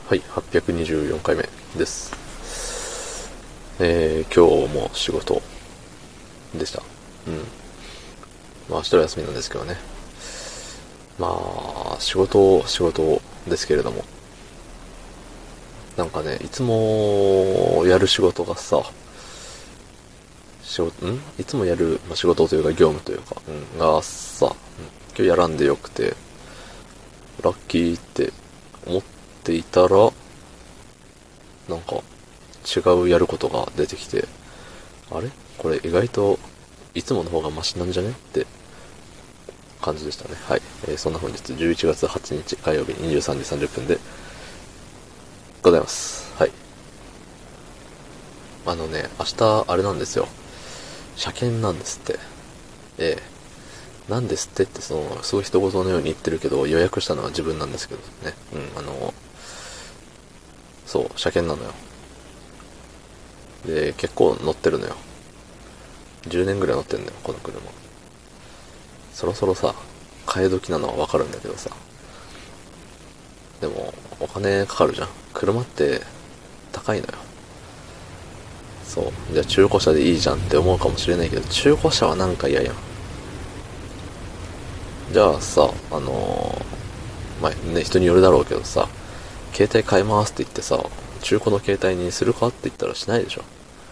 はい、824回目です。今日も仕事でした。うん。まあ明日は休みなんですけどね。まあ、仕事ですけれども。なんかね、いつもやる仕事がさ、いつもやる、仕事というか業務というか、がさ、今日やらんでよくて、ラッキーって思っていたら、なんか違うやることが出てきて、あれこれ意外といつもの方がマシなんじゃねって感じでしたね。はい。そんな本日11月8日火曜日23時30分でございます。はい。明日あれなんですよ。車検なんですって。えなんですってってすごい人事のように言ってるけど、予約したのは自分なんですけどね。そう、車検なのよ。で、結構乗ってるのよ。10年ぐらい乗ってんのよ、この車。そろそろさ、替え時なのはわかるんだけどさ。でも、お金かかるじゃん。車って高いのよ。そう。じゃあ中古車でいいじゃんって思うかもしれないけど、中古車はなんか嫌やん。じゃあさ、人によるだろうけどさ、携帯買いますって言ってさ、中古の携帯にするかって言ったらしないでしょ。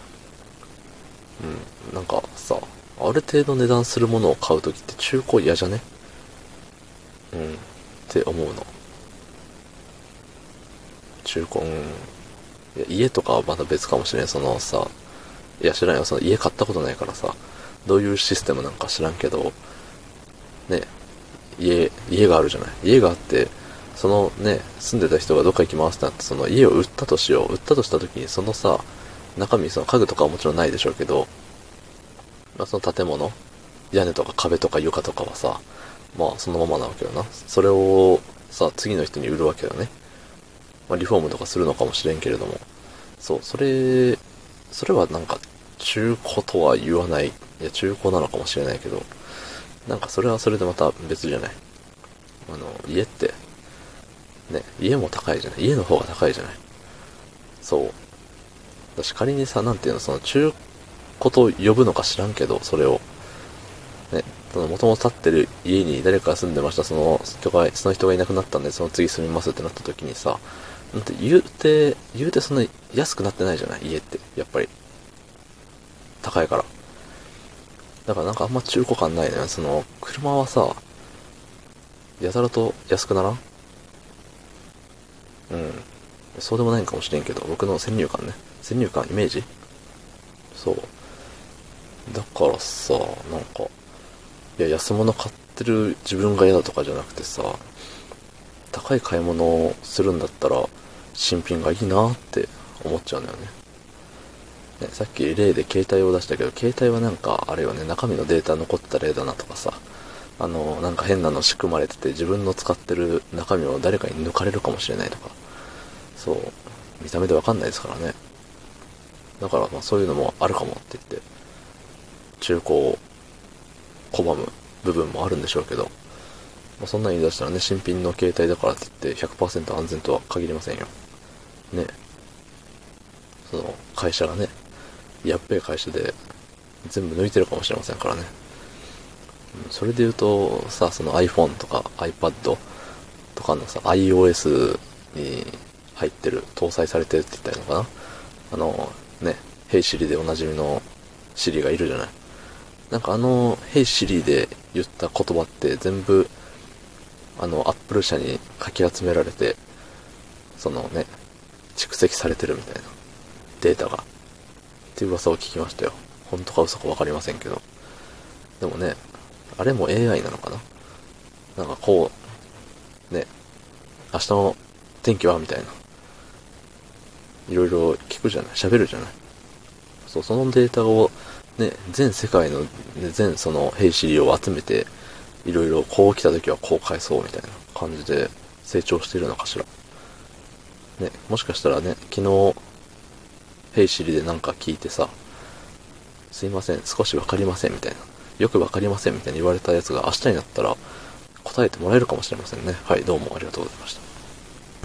なんかさ、ある程度値段するものを買うときって中古嫌じゃねって思うの。中古、いや家とかはまた別かもしれん。いや知らんよ。家買ったことないからさ、どういうシステムなんか知らんけど、ね、家があるじゃない。家があって、住んでた人がどっか行きますってなって、その家を売ったとしよう。売ったとした時に、中身、家具とかはもちろんないでしょうけど、その建物、屋根とか壁とか床とかはさ、そのままなわけよな。それをさ、次の人に売るわけよね。リフォームとかするのかもしれんけれども。そう、それはなんか、中古とは言わない。いや、中古なのかもしれないけど、なんかそれはそれでまた別じゃない。家って、ね、家も高いじゃない。家の方が高いじゃない。そう。私仮にさ、なんていうの、中古と呼ぶのか知らんけど、それを。ね、もともと建ってる家に誰かが住んでました、その人がいなくなったんで、その次住みますってなった時にさ、なんて言うてそんな安くなってないじゃない、家って。やっぱり。高いから。だからなんかあんま中古感ないのよ。車はさ、やたらと安くならん。うん。そうでもないんかもしれんけど、僕の先入観ね。先入観、イメージそう。だからさ、なんか、いや、安物買ってる自分が嫌だとかじゃなくてさ、高い買い物をするんだったら、新品がいいなって思っちゃうんだよね。さっき例で携帯を出したけど、携帯はなんか、あれよね、中身のデータ残ってた例だなとかさ、なんか変なの仕組まれてて、自分の使ってる中身を誰かに抜かれるかもしれないとか、そう、見た目でわかんないですからね。だからそういうのもあるかもって言って、中古を拒む部分もあるんでしょうけど、そんなに言い出したらね、新品の携帯だからって言って100% 安全とは限りませんよ。ね。会社がね、やっべえ会社で全部抜いてるかもしれませんからね。それで言うとさ、その iPhone とか iPad とかのさ、iOS に入ってる、搭載されてるって言ったらいいのかな。Hey Siri でおなじみの Siri がいるじゃない。なんかHey Siri で言った言葉って全部、Apple 社にかき集められて、蓄積されてるみたいなデータが。っていう噂を聞きましたよ。本当か嘘かわかりませんけど。でもね、あれも AI なのかな。なんか明日の天気はみたいな。いろいろ聞くじゃない。喋るじゃない。そう、そのデータをね、全世界の、全兵士利を集めて、いろいろこう来た時はこう返そうみたいな感じで成長しているのかしら。ね、もしかしたらね、昨日、兵士利でなんか聞いてさ、すいません、少しわかりませんみたいな。よくわかりませんみたいに言われたやつが明日になったら答えてもらえるかもしれませんね。はい、どうもありがとうございました。